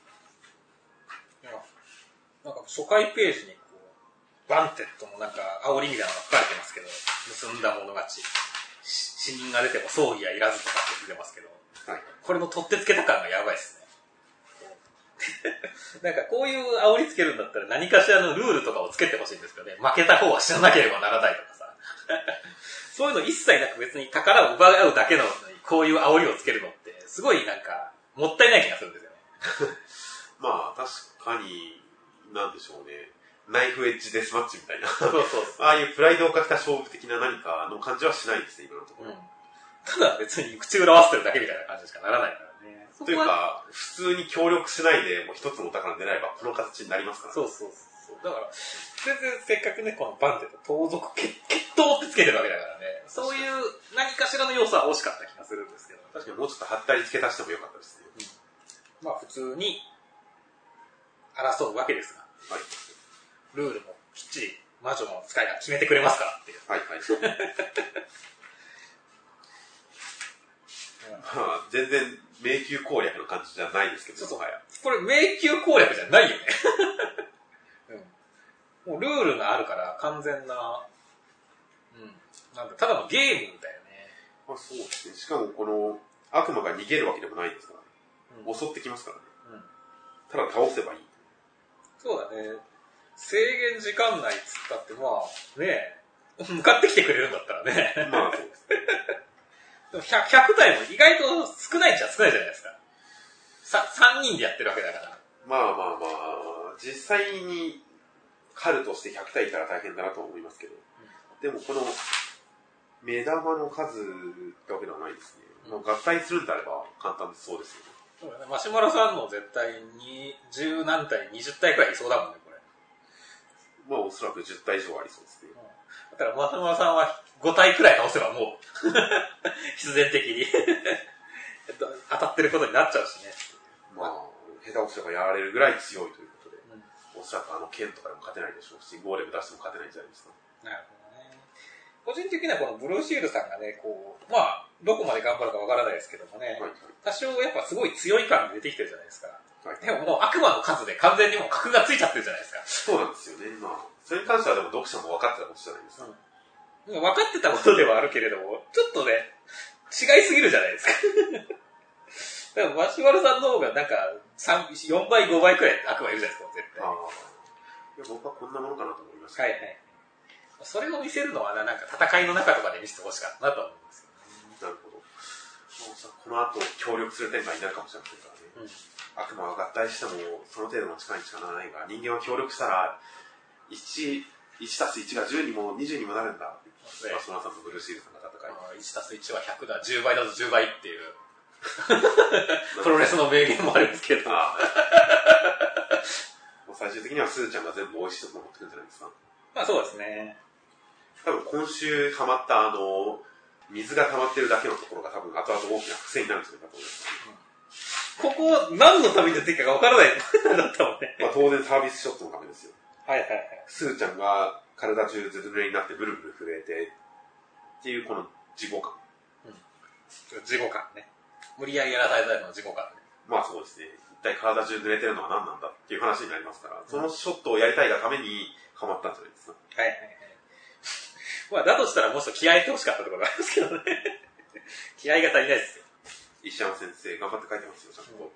なんか初回ページにこう、バンテッドのなんか煽りみたいなのが書かれてますけど、結んだ者勝ち、死人が出ても葬儀はいらずとかって出てますけど、はい、これの取ってつけた感がやばいですね。なんかこういう煽りつけるんだったら何かしらのルールとかをつけてほしいんですけどね。負けた方は死ななければならないとかさ。そういうの一切なく別に宝を奪い合うだけのこういう煽りをつけるのってすごいなんかもったいない気がするんですよね。 まあ確かになんでしょうね。ナイフエッジデスマッチみたいな。 そうそうそう。 ああいうプライドをかけた勝負的な何かの感じはしないですね、今のところ。うん、 ただ別に口裏合わせてるだけみたいな感じしかならないからね。 というか、普通に協力しないでもう一つのお宝狙えばこの形になりますからね。そうそうそう。だから、全然せっかくね、このバンテと盗賊決闘ってつけてるわけだからね。そういう何かしらの要素は惜しかった気がするんですけど。 確かにもうちょっと貼ったり付け足してもよかったですね。 うん、まあ普通に争うわけですが。はい。ルールもきっちり魔女の使いが決めてくれますからっていう。 はいはい。まあ、全然迷宮攻略の感じじゃないですけど、 そうそう。これ迷宮攻略じゃないよね。うん、もうルールがあるから完全な、うん、なんだただのゲームみたいよね。 まあそうですね。しかもこの悪魔が逃げるわけでもないですからね。うん、襲ってきますからね。うん、ただ倒せばいい。 そうだね。制限時間内っつったってまあね向かってきてくれるんだったらね。 まあそうですね。 でも ひゃく, ひゃく体も意外と少ないっちゃ少ないじゃないですか。ささんにんでやってるわけだから。 まあまあまあ実際に狩るとしてひゃく体いたら大変だなと思いますけど、うん、でもこの目玉の数ってわけではないですね。うん、合体するんであれば簡単そうですよね。 そうだね。マシュマロさんの絶対にじゅう何体、にじゅったいくらいいそうだもんね、これ。 まあおそらくじゅったい以上ありそうですね。うん、 だからマシュマロさんはご体くらい倒せばもう必然的に当たってることになっちゃうしね。 まあ下手をすればやられるぐらい強いということで、うん、おそらくあの剣とかでも勝てないでしょうし、ゴーレム出しても勝てないんじゃないですか。 なるほどね。個人的にはこのブルーシールさんがね、こうまあどこまで頑張るかわからないですけどもね、はいはい、多少やっぱすごい強い感が出てきてるじゃないですか。はい、でももう悪魔の数で完全にもう格がついちゃってるじゃないですか。 そうなんですよね。まあそれに関してはでも読者も分かってたことじゃないですか。 うん、分かってたことではあるけれども、ちょっとね違いすぎるじゃないですか。でもマシュマロさんの方がなんかよんばいごばいくらい悪魔いるじゃないですか、絶対。あいや僕はこんなものかなと思いました。 はいはい。それを見せるのはなんか戦いの中とかで見せてほしかったなと思うんですよね。なるほど。この後協力する展開になるかもしれませんからね。うん、悪魔は合体してもその程度の力にしかならないが、人間は協力したらいちたすいちがじゅうにもにじゅうにもなるんだ。マシュマロさんとブルーシールさんが戦い。 いちたすいちはひゃくだ、じゅうばいだとじゅうばいっていう。 プロレスの名言もありますけど。あ最終的にはスーちゃんが全部美味しいところ持ってくるんじゃないですか。 まあそうですね。 多分今週ハマったあの、水が溜まってるだけのところが多分後々大きな癖になるんじゃないかと思います。 ここ何のために出てるかがわからないだったもんね。 まあ当然サービスショットのためですよ。 はいはいはい。 スーちゃんが体中ずる濡れになってブルブル震えてっていうこの事故感。 うん。事故感ね。無理やりやらされたの事故感ね。 まあそうですね。一体体中濡れてるのは何なんだっていう話になりますから、うん、そのショットをやりたいがためにハマったんじゃないですか。 はいはいはい。まあだとしたらもうちょっと気合い入れてほしかったところがありますけどね。気合が足りないですよ。 石山先生頑張って書いてますよ、ちゃんと。うん、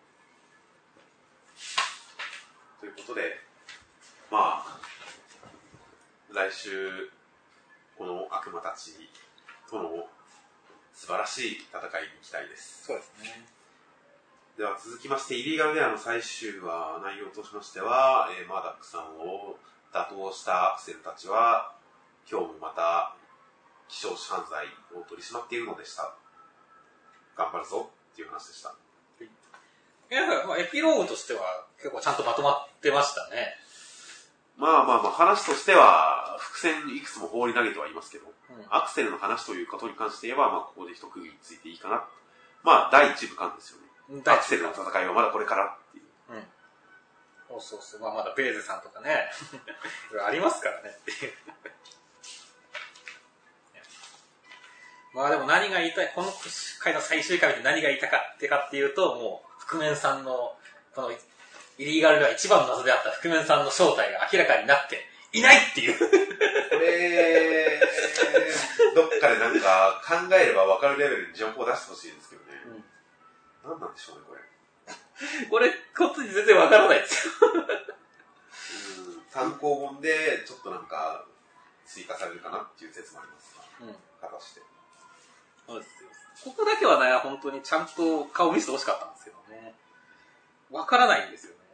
ということで、まあ、来週、この悪魔たちとの素晴らしい戦いに行きたいです。 そうですね。 では続きまして、イリーガルレアの最終話、内容としましては、えー、マーダックさんを打倒したアクセルたちは、今日もまた、希少種犯罪を取り締まっているのでした。頑張るぞっていう話でした。 いや、まあ、エピローグとしては結構ちゃんとまとまってましたね。 まあまあまあ、話としては、伏線いくつも放り投げてはいますけど、うん、アクセルの話ということに関して言えば、まあ、ここで一区切りついていいかな。まあ、第一部間ですよね。アクセルの戦いはまだこれからっていう。うん。 そうそうそう。まあ、まだベーゼさんとかね。ありますからねっていう。まあでも何が言いたい、この回の最終回で何が言いたかってかっていうと、もう、覆面さんの、この、イリーガルでは一番の謎であった覆面さんの正体が明らかになっていないっていう。これ、どっかでなんか考えれば分かるレベルに情報を出してほしいんですけどね。うん、何なんでしょうね、これ。 これ、こっちに全然分からないですよ。 うん、単行本でちょっとなんか追加されるかなっていう説もありますが、うん、果たして。 そうですよ。ここだけはね、本当にちゃんと顔見せてほしかったんですけどね。分からないんですよね。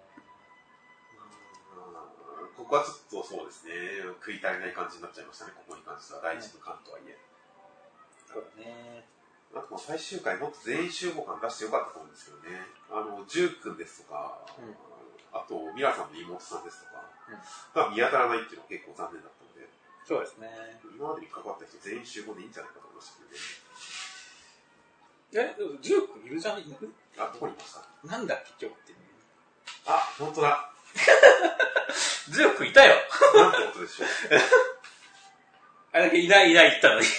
うん、ここはちょっとそうですね、食い足りない感じになっちゃいましたね、ここに関しては。第一部間とはいえ。 そうだね。 あと最終回もっと全員集合感出してよかったと思うんですけどね。あの、ジュー君ですとか、うん、あと、ミラさんの妹さんですとか、が、うん、見当たらないっていうのは結構残念だったので。 そうですね。 今までに関わった人全員集合でいいんじゃないかと思いましたけどね。 え、でもジュー君いるじゃん、いる？ あ、どこにいました？ なんだっけ、今日って。 あ、ほんとだ。 ジュー君いたよ。 なんてことでしょう。 あれだけいないいない言ったのに。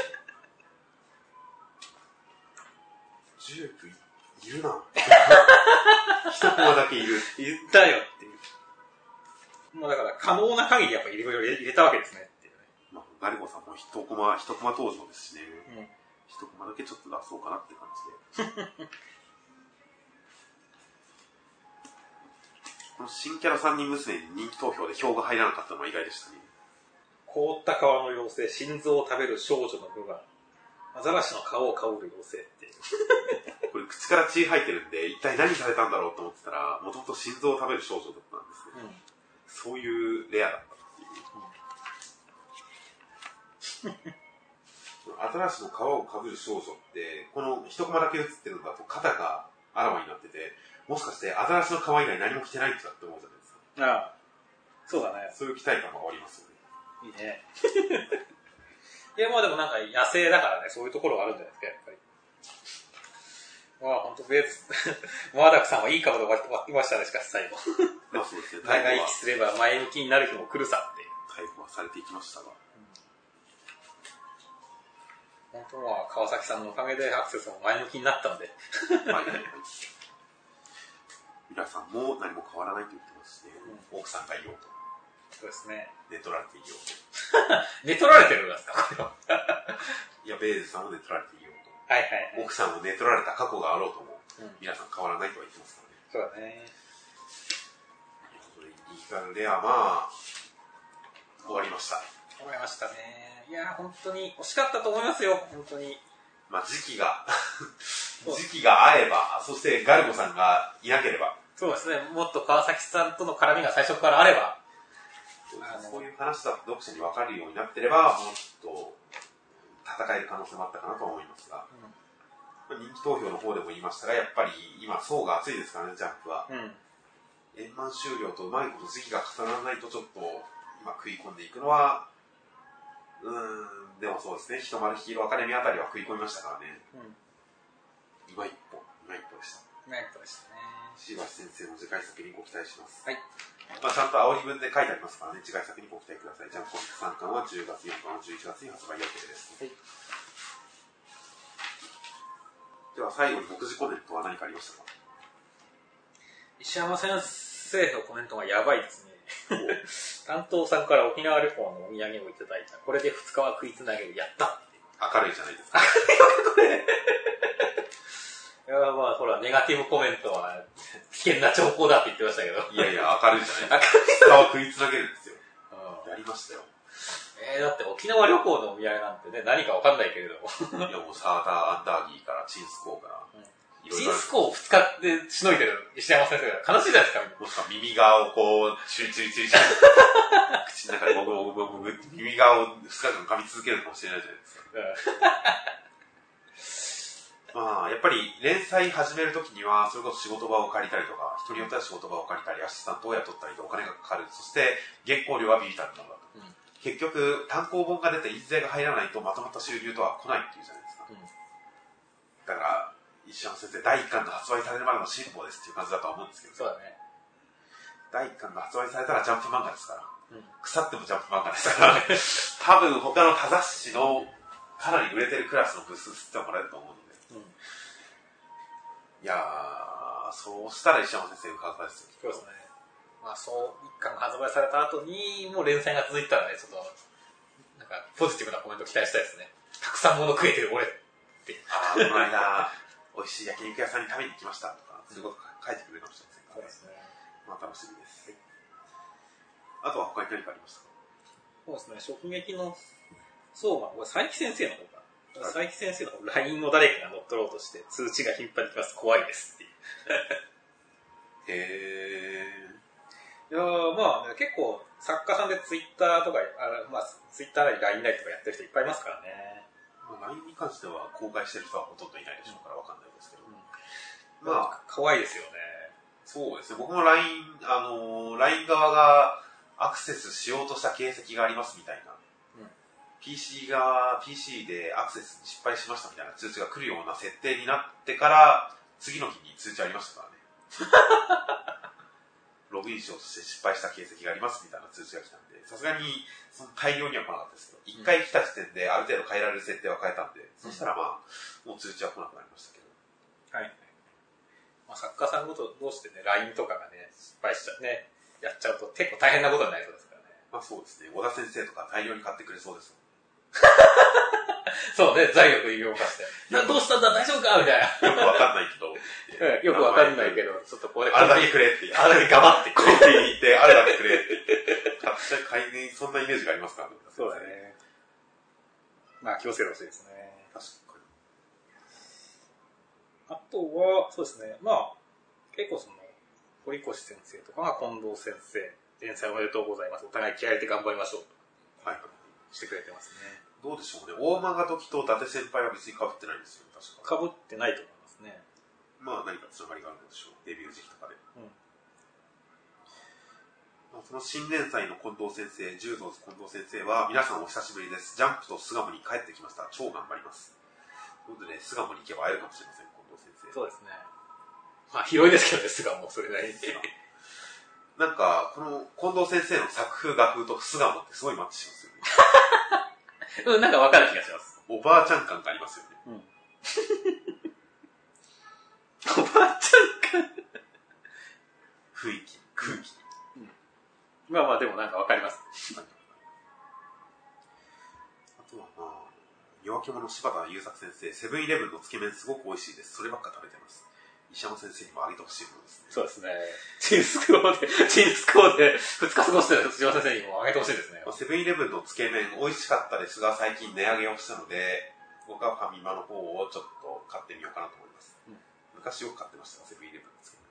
ジュークいるな。一コマだけいる。 言ったよっていう。もうだから可能な限りやっぱいろいろ入れたわけですねっていうね。 まあ、ガリゴさんも一コマ、一コマ登場ですしね。うん、一コマだけちょっと出そうかなって感じで。この新キャラさんにん娘に人気投票で票が入らなかったのは意外でしたね。 凍った川の妖精、心臓を食べる少女の部が、アザラシの皮をかぶる妖精っていう。 これ口から血入ってるんで、一体何されたんだろうと思ってたら、もともと心臓を食べる少女だったんですね。うん、そういうレアだったっていう。うん、アザラシの皮をかぶる少女って、この一コマだけ映ってるんだと肩があらわになってて、もしかしてアザラシの皮以外何も着てないんだって思うじゃないですか。 ああ、そうだね。 そういう期待感がありますよね。 いいね。いや、まあでもなんか野生だからね、そういうところがあるんじゃないですか、やっぱり。まあ本当ベース、マーダックさんはいい顔で終わりましたね、しかし最後。 まあそうですね。 長生きすれば前向きになる日も来るさっていう。 逮捕はされていきましたが。 うん、本当は川崎さんのおかげでアクセスも前向きになったので。はいはいはい。 皆さんも何も変わらないと言ってますしね。うん、奥さんがいようと。 そうですね。 寝取られていようと。 寝取られてるんですかこれは。 いや、ベーゼさんも寝取られていようと。 はいはい、はい。 奥さんも寝取られた過去があろうとも、うん、皆さん変わらないとは言ってますからね。 そうだね。 ということで、イーガルレア、まあ、終わりました。 終わりましたね。いや、本当に惜しかったと思いますよ、本当に。 まあ、時期が、時期が合えば、そしてガルゴさんがいなければ。 そうですね、もっと川崎さんとの絡みが最初からあれば。 そういう話だと読者に分かるようになってれば、もっと戦える可能性もあったかなと思いますが。 人気投票の方でも言いましたが、やっぱり今層が厚いですからね、ジャンプは。うん、円満終了とうまいこと時期が重ならないとちょっと今食い込んでいくのは、うーん、でもそうですね、ひとまるヒーローアカデミーあたりは食い込みましたからね。うん、今一歩、今一歩でした。 今一歩でしたね。 椎橋先生の次回作にご期待します。 はい。 まあ、ちゃんと煽り文で書いてありますからね、次回作にご期待ください。ジャンプコミックさんかんはじゅうがつ、よんかんはじゅういちがつに発売予定です。はい。では最後に目次コメントは何かありましたか？ 石山先生のコメントがやばいですね。担当さんから沖縄旅行のお土産をいただいた。これでふつかは食いつなげる。やった。 明るいじゃないですか。 明るいわ、これ。いや、まあ、ほら、ネガティブコメントは危険な兆候だって言ってましたけど。 いやいや、明るいじゃないですか。ふつかは食いつなげるんですよ。やりましたよ。 えー、だって沖縄旅行のお土産なんてね、何かわかんないけれども。 いや、もうサーターアンダーギーからチンスコーから。うん、 チンスコーをふつかでしのいでる石山先生が悲しいじゃないですか。 もしくは耳側をこう、チュリチュリチュリチュリ口の中でゴグゴグゴグゴグって耳側をふつかかん噛み続けるかもしれないじゃないですか。うん、まあ、やっぱり連載始めるときには、それこそ仕事場を借りたりとか、人によっては仕事場を借りたり、アシスタントを雇ったりとお金がかかる。そして、原稿料はビビたるものだと。うん、結局、単行本が出て印税が入らないとまとまった収入とは来ないっていうじゃないですか。うん、だから、石山先生、だいいっかんが発売されるまでの辛抱ですっていう感じだとは思うんですけど、 そうだね。 だいいっかんが発売されたらジャンプ漫画ですから、うん、腐ってもジャンプ漫画ですから多分他の他雑誌のかなり売れてるクラスの部数吸ってもらえると思うので、うん、いやー、そうしたら石山先生が関わですよ。そうですね。まあそういっかんが発売された後にもう連載が続いたらね、ちょっとなんかポジティブなコメント期待したいですね。たくさん物食えてる俺って。 あー、この間美味しい焼肉屋さんに食べに行きましたとか、そういうこと書いてくれるかもしれませんから、ね、そうですね。まあ楽しみです。あとは他に何かありましたか？ そうですね、直撃の、そう、まあ、佐伯先生の方か。佐伯先生の方、ライン の誰かが乗っ取ろうとして通知が頻繁に来ます。怖いですっていう。 へー。いやー、まあ、ね、結構作家さんでツイッターとか、あまあ、ツイッターなり ライン なりとかやってる人いっぱいいますからね。 まあ、ライン に関しては公開してる人はほとんどいないでしょうからわかんないですけど。うん、 まあ、可愛いですよね。 そうですね。僕も ライン、あのー、ライン 側がアクセスしようとした形跡がありますみたいな。うん、ピーシー 側、ピーシー でアクセスに失敗しましたみたいな通知が来るような設定になってから、次の日に通知ありましたからね。ログインしようとして失敗した形跡がありますみたいな通知が来たんで、さすがにその大量には来なかったですけど、一、うん、回来た時点である程度変えられる設定は変えたんで、うん、そしたらまあ、もう通知は来なくなりましたけど。 はい。まあ、作家さんごとどうしてね、ライン とかがね、失敗しちゃうね、やっちゃうと結構大変なことになりそうですからね。 まあそうですね。小田先生とか大量に買ってくれそうですもん。 そうね、財力動かして。どうしたんだ大丈夫かみたいな。 よくわかんないけど。 よくわかんないけど、ちょっとこれあれだけくれって。 あれだけ頑張ってくれ。コンビニに行って、あれだけくれって。買っちゃ買いに、そんなイメージがありますからね。 そうだね。まあ気をつけてほしいですね。 確かに。 あとは、そうですね。まあ、結構その、堀越先生とかが近藤先生、連載おめでとうございます。お互い気合い入れて頑張りましょうと。はい。してくれてますね。 どうでしょうね。大間が時と伊達先輩は別に被ってないんですよね、確か。被ってないと思いますね。 まあ何かつながりがあるんでしょう。デビュー時期とかで。うん。まあ、その新連載の近藤先生、柔道近藤先生は、皆さんお久しぶりです。ジャンプと巣鴨に帰ってきました。超頑張ります。ということで、巣鴨に行けば会えるかもしれません、近藤先生。 そうですね。まあ広いですけどね、巣鴨、それなりに。 なんか、この近藤先生の作風、画風と巣鴨ってすごいマッチしますよね。 うん、なんかわかる気がします。 おばあちゃん感がありますよね。うん、 おばあちゃん感雰囲気、空気、うん。 まあまあでもなんかわかります。 あとはまあ、夜明け者柴田優作先生、セブンイレブンのつけ麺すごく美味しいです。そればっか食べてます。石山先生にもあげてほしいものですね。 そうですね。チンスコーで、チンスコーでふつか過ごしてる石山先生にもあげてほしいですね。 セブンイレブンのつけ麺美味しかったですが、最近値上げをしたので、僕はファミマの方をちょっと買ってみようかなと思います。うん、昔よく買ってました、セブンイレブンのつけ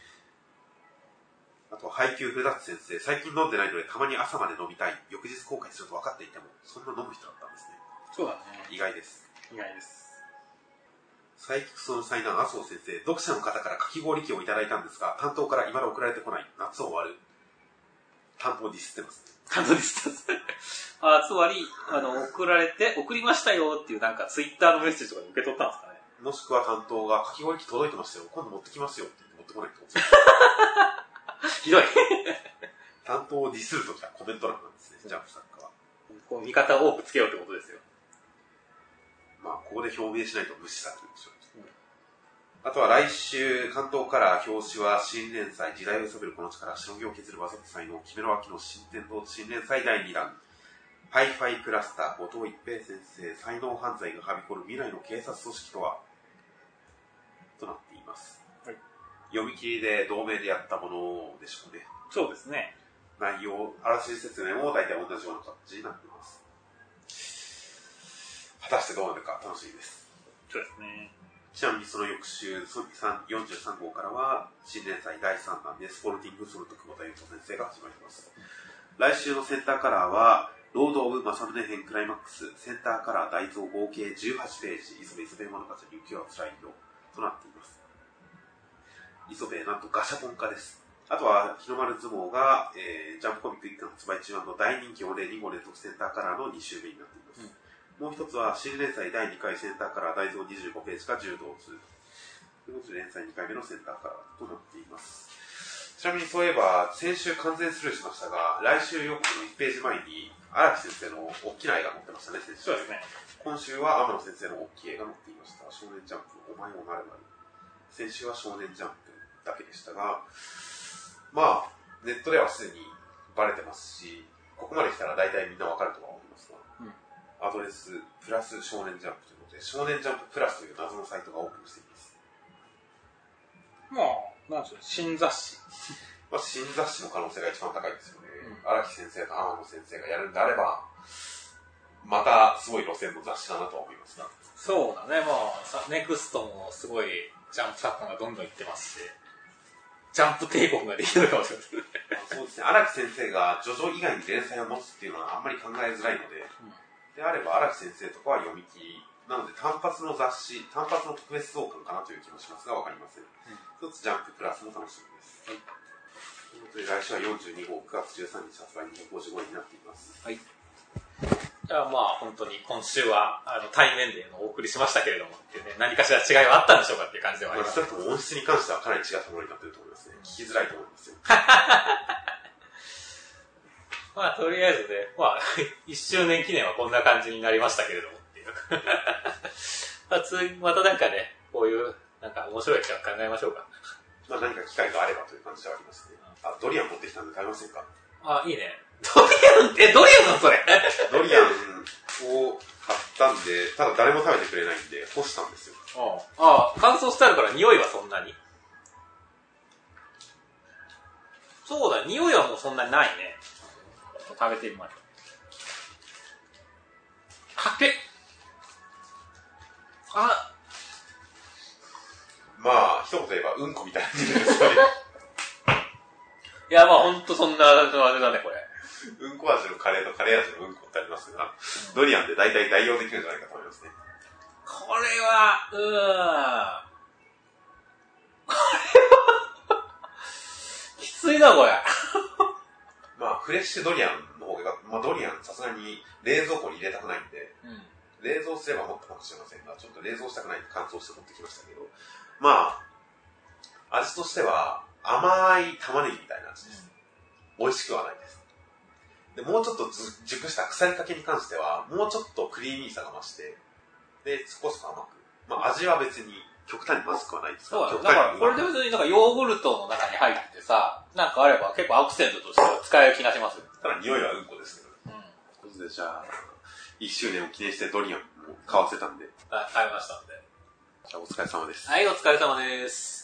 麺。あとは配給古舘先生、最近飲んでないのでたまに朝まで飲みたい。翌日後悔すると分かっていても、そんな飲む人だったんですね。 そうだね。 意外です。 意外です。 サイキクソの災難、麻生先生、読者の方からかき氷機をいただいたんですが、担当から未だ送られてこない。夏を終わる。担当ディスってます、ね。 担当ディスってます。あ、つまり、あの、送られて、送りましたよっていうなんかツイッターのメッセージとかで受け取ったんですかね。 もしくは担当がかき氷機届いてましたよ。今度持ってきますよって言って持ってこないと思うんですよ。 ひどい。 担当をディスるときはコメント欄なんですね、ジャンプ作家は。 こう見方を多くつけようってことですよ。 まあ、ここで表明しないと無視されるんでしょう、うん。あとは来週、関東から表紙は新連載、時代を揺さぶるこの力、しのぎを削る技と才能、木村脇の新天堂新連載だいにだん、ハイファイクラスター、後藤一平先生、才能犯罪がはびこる未来の警察組織とは、となっています。はい、読み切りで同名でやったものでしょうね。 そうですね。 内容、あらしい説明も大体同じような形になっています。果たしてどうなるか楽しみです。 そうですね。 ちなみにその翌週よんじゅうさんごうからは新連載だいさんだんでスポルティングソルト久保田優斗先生が始まります。来週のセンターカラーはロード・オブ・マサムネ編クライマックスセンターカラー大蔵合計じゅうはちページ磯部磯部物語雪はつらいよとなっています。磯部なんとガシャポン化です。あとは日の丸相撲が、えー、ジャンプコミックいっかん発売中の大人気御礼にご連続センターカラーのに週目になっています。うん、もう一つは新連載だいにかいセンターカラー大蔵にじゅうごページが柔道図ということで連載にかいめのセンターカラーとなっています。ちなみにそういえば先週完全スルーしましたが来週予告のいちページまえに荒木先生の大きな絵が載ってましたね。先週そうですね。 今週は天野先生の大きい絵が載っていました。少年ジャンプお前もなるなる。先週は少年ジャンプだけでしたが、まあネットではすでにバレてますし、ここまで来たら大体みんなわかるとは思いますが、うん、アドレスプラス少年ジャンプということで少年ジャンププラスという謎のサイトがオープンしています。 まあなんでしょう、新雑誌まあ新雑誌の可能性が一番高いですよね。荒、うん、木先生と天野先生がやるんであればまたすごい路線の雑誌だなとは思いますが、 そうだね。まあネクストもすごいジャンプ作家がどんどんいってますし、ジャンプ帝国ができるかもしれないそうですね。荒木先生がジョジョ以外に連載を持つっていうのはあんまり考えづらいので、うん、であれば荒木先生とかは読み切りなので単発の雑誌、単発の特別増刊かなという気もしますがわかりません。一、うん、つジャンププラスも楽しみです。はい、ということで来週はよんじゅうにごうくがつじゅうさんにち発売にひゃくごじゅうごえんになっています。 はい。じゃあまあ本当に今週はあの対面でのお送りしましたけれどもっていうね、何かしら違いはあったんでしょうかっていう感じではあります。 まあ、少なくとも音質に関してはかなり違ったものになっていると思いますね。聞きづらいと思いますよ。 まあとりあえずね、まあいっしゅうねん記念はこんな感じになりましたけれどもっていう。まあ次またなんかね、こういうなんか面白い企画考えましょうか。 まあ何か機会があればという感じではありますね。あ、ドリアン持ってきたんで食べませんか？ あ、いいね。ドリアンって、ドリアンなのそれ。 ドリアンを買ったんで、ただ誰も食べてくれないんで干したんですよ。 ああ、乾燥してあるから匂いはそんなに。そうだ、匂いはもうそんなにないね。食べてみましょう。かけあまあ、一言言えばうんこみたいな感じですよね。 いや、まあほんとそんなあれだね、これ。 うんこ味のカレーとカレー味のうんこってありますが、うん、ドリアンで大体代用できるんじゃないかと思いますね。 これは、うーん。これは、きついな、これ。 まあ、フレッシュドリアンの方が、まあドリアンさすがに冷蔵庫に入れたくないんで、うん、冷蔵すればもっとかもしれませんが、ちょっと冷蔵したくないんで乾燥して持ってきましたけど、まあ、味としては甘い玉ねぎみたいな味です。うん、美味しくはないです。でもうちょっと熟した腐りかけに関しては、もうちょっとクリーミーさが増して、で、少し甘く。まあ味は別に極端にまずくはないですが、 そうだ、だからこれで別になんかヨーグルトの中に入ってさ、なんかあれば結構アクセントとしては使える気がしますよ。 ただ匂いはうんこですけど。うん。ということでじゃあ、いっしゅうねんを記念してドリアンも買わせたんで。 あ、買いましたんで。 じゃあお疲れ様です。 はい、お疲れ様です。